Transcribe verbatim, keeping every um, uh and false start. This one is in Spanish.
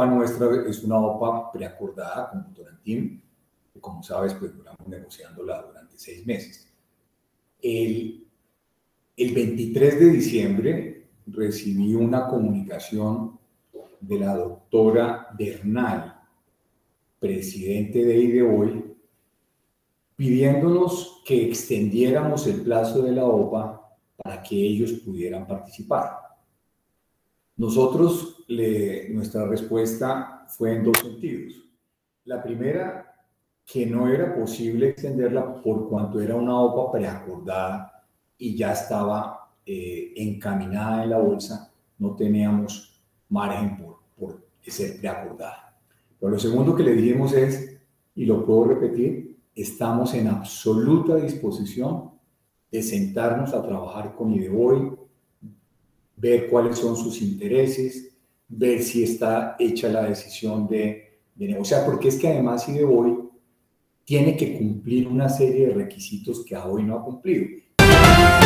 OPA nuestra es una OPA preacordada con Votorantim, que como sabes, pues duramos negociándola durante seis meses. El, el veintitrés de diciembre recibí una comunicación de la doctora Bernal, presidente de Idevoy, pidiéndonos que extendiéramos el plazo de la OPA para que ellos pudieran participar. Nosotros, le, nuestra respuesta fue en dos sentidos. La primera, que no era posible extenderla por cuanto era una OPA preacordada y ya estaba eh, encaminada en la bolsa, no teníamos margen por, por ser preacordada. Pero lo segundo que le dijimos es, y lo puedo repetir, estamos en absoluta disposición de sentarnos a trabajar con Idevoy, ver cuáles son sus intereses, ver si está hecha la decisión de, de negociar, porque es que además Idevoy tiene que cumplir una serie de requisitos que hoy no ha cumplido.